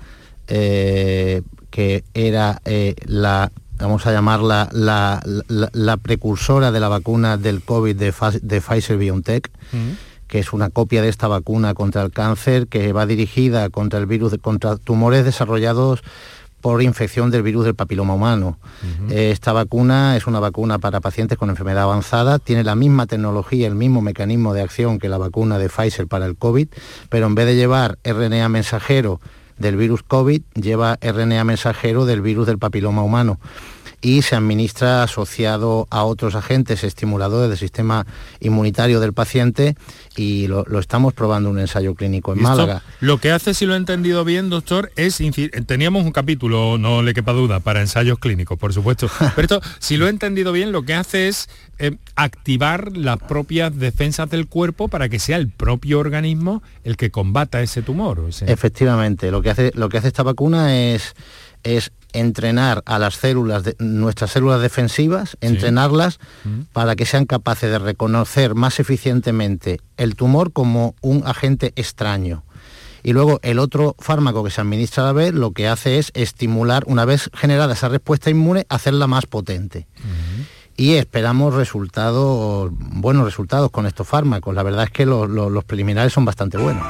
eh, que era eh, la, vamos a llamarla la, la, la precursora de la vacuna del COVID de, de Pfizer-BioNTech, uh-huh. que es una copia de esta vacuna contra el cáncer, que va dirigida contra el virus, de, contra tumores desarrollados por infección del virus del papiloma humano. Uh-huh. Esta vacuna es una vacuna para pacientes con enfermedad avanzada, tiene la misma tecnología, el mismo mecanismo de acción que la vacuna de Pfizer para el COVID, pero en vez de llevar R N A mensajero del virus COVID, lleva R N A mensajero del virus del papiloma humano y se administra asociado a otros agentes estimuladores del sistema inmunitario del paciente y lo, lo estamos probando en un ensayo clínico en Málaga. Lo que hace, si lo he entendido bien, doctor, es... Teníamos un capítulo, no le quepa duda, para ensayos clínicos, por supuesto, pero esto, si lo he entendido bien, lo que hace es eh, activar las propias defensas del cuerpo para que sea el propio organismo el que combata ese tumor. O sea. Efectivamente, lo que hace, lo que hace esta vacuna es... es entrenar a las células, de, nuestras células defensivas, entrenarlas sí. mm. para que sean capaces de reconocer más eficientemente el tumor como un agente extraño. Y luego el otro fármaco que se administra a la vez lo que hace es estimular, una vez generada esa respuesta inmune, hacerla más potente. Mm. Y esperamos resultados, buenos resultados con estos fármacos. La verdad es que los, los, los preliminares son bastante buenos.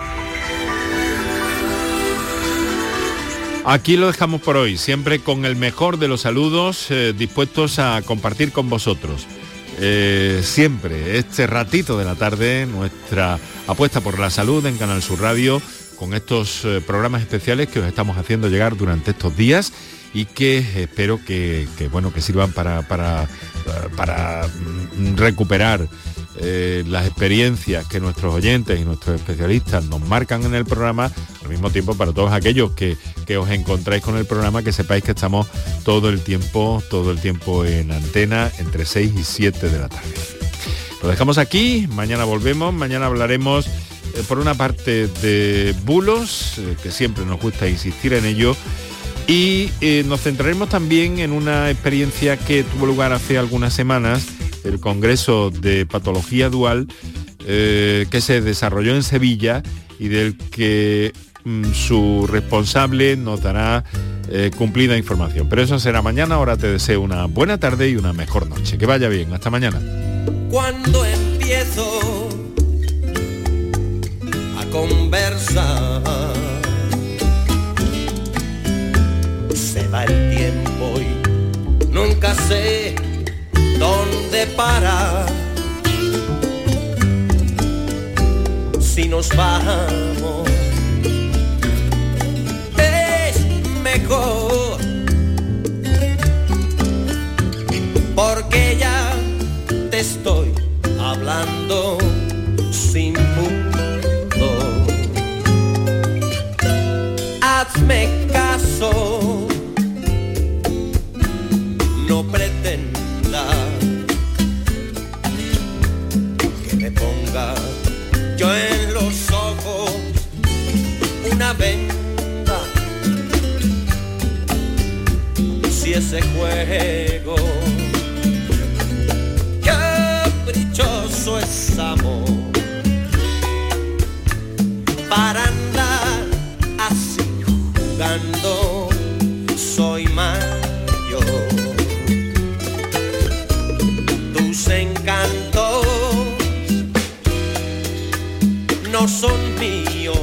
Aquí lo dejamos por hoy, siempre con el mejor de los saludos, eh, dispuestos a compartir con vosotros. Eh, siempre, este ratito de la tarde, nuestra apuesta por la salud en Canal Sur Radio, con estos eh, programas especiales que os estamos haciendo llegar durante estos días y que espero que, que, bueno, que sirvan para, para, para recuperar Eh, las experiencias que nuestros oyentes y nuestros especialistas nos marcan en el programa, al mismo tiempo para todos aquellos que, que os encontráis con el programa, que sepáis que estamos todo el tiempo, todo el tiempo en antena entre seis y siete de la tarde. Lo dejamos aquí, mañana volvemos, mañana hablaremos eh, por una parte de bulos, eh, que siempre nos gusta insistir en ello, y eh, nos centraremos también en una experiencia que tuvo lugar hace algunas semanas, el Congreso de Patología Dual, eh, que se desarrolló en Sevilla y del que mm, su responsable nos dará eh, cumplida información. Pero eso será mañana. Ahora te deseo una buena tarde y una mejor noche. Que vaya bien. Hasta mañana. Cuando empiezo a conversar, se va el tiempo y nunca sé dónde parar. Si nos vamos, es mejor, porque ya te estoy hablando sin punto. Hazme caso, no pretendas que me ponga yo en los ojos una venda. Si ese juego caprichoso es amor, para andar así jugando soy mayor. Tus encantos no son míos,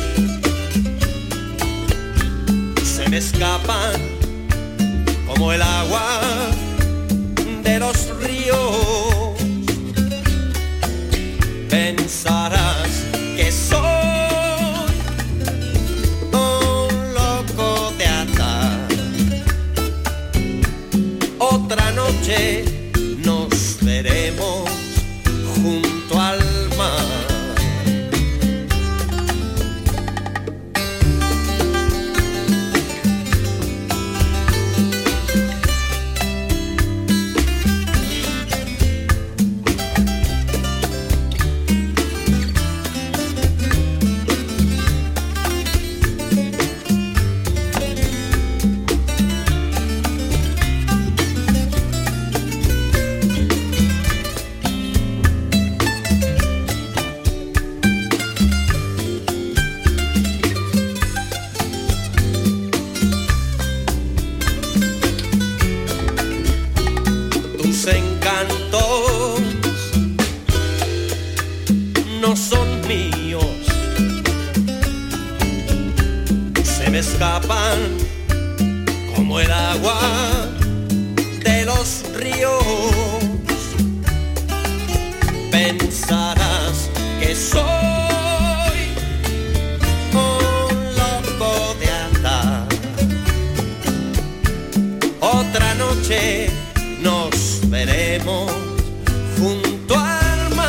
se me escapan como el agua de los ríos. Pensarás que soy un loco de atar. Otra noche nos veremos junto al mar. Escapan como el agua de los ríos. Pensarás que soy un loco de andar. Otra noche nos veremos junto al mar.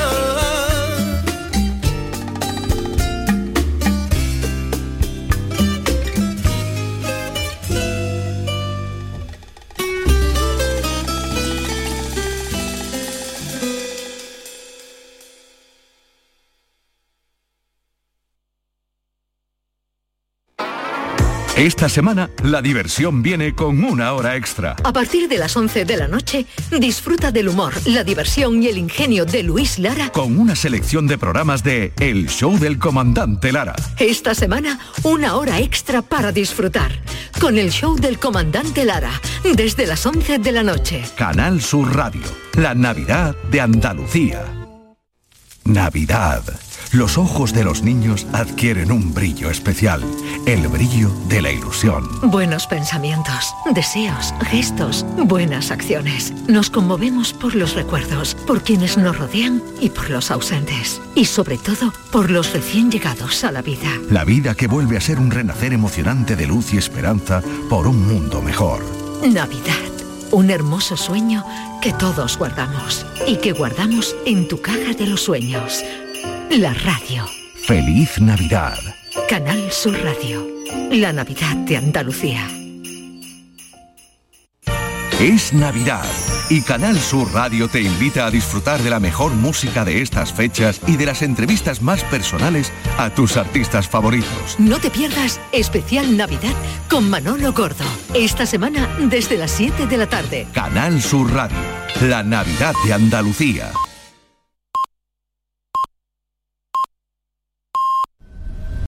Esta semana, la diversión viene con una hora extra. A partir de las once de la noche, disfruta del humor, la diversión y el ingenio de Luis Lara. Con una selección de programas de El Show del Comandante Lara. Esta semana, una hora extra para disfrutar. Con El Show del Comandante Lara, desde las once de la noche. Canal Sur Radio, la Navidad de Andalucía. Navidad. Los ojos de los niños adquieren un brillo especial, el brillo de la ilusión. Buenos pensamientos, deseos, gestos, buenas acciones. Nos conmovemos por los recuerdos, por quienes nos rodean y por los ausentes. Y sobre todo, por los recién llegados a la vida. La vida que vuelve a ser un renacer emocionante de luz y esperanza por un mundo mejor. Navidad. Un hermoso sueño que todos guardamos y que guardamos en tu caja de los sueños. La radio. ¡Feliz Navidad! Canal Sur Radio. La Navidad de Andalucía. Es Navidad y Canal Sur Radio te invita a disfrutar de la mejor música de estas fechas y de las entrevistas más personales a tus artistas favoritos. No te pierdas Especial Navidad con Manolo Gordo. Esta semana desde las siete de la tarde. Canal Sur Radio, la Navidad de Andalucía.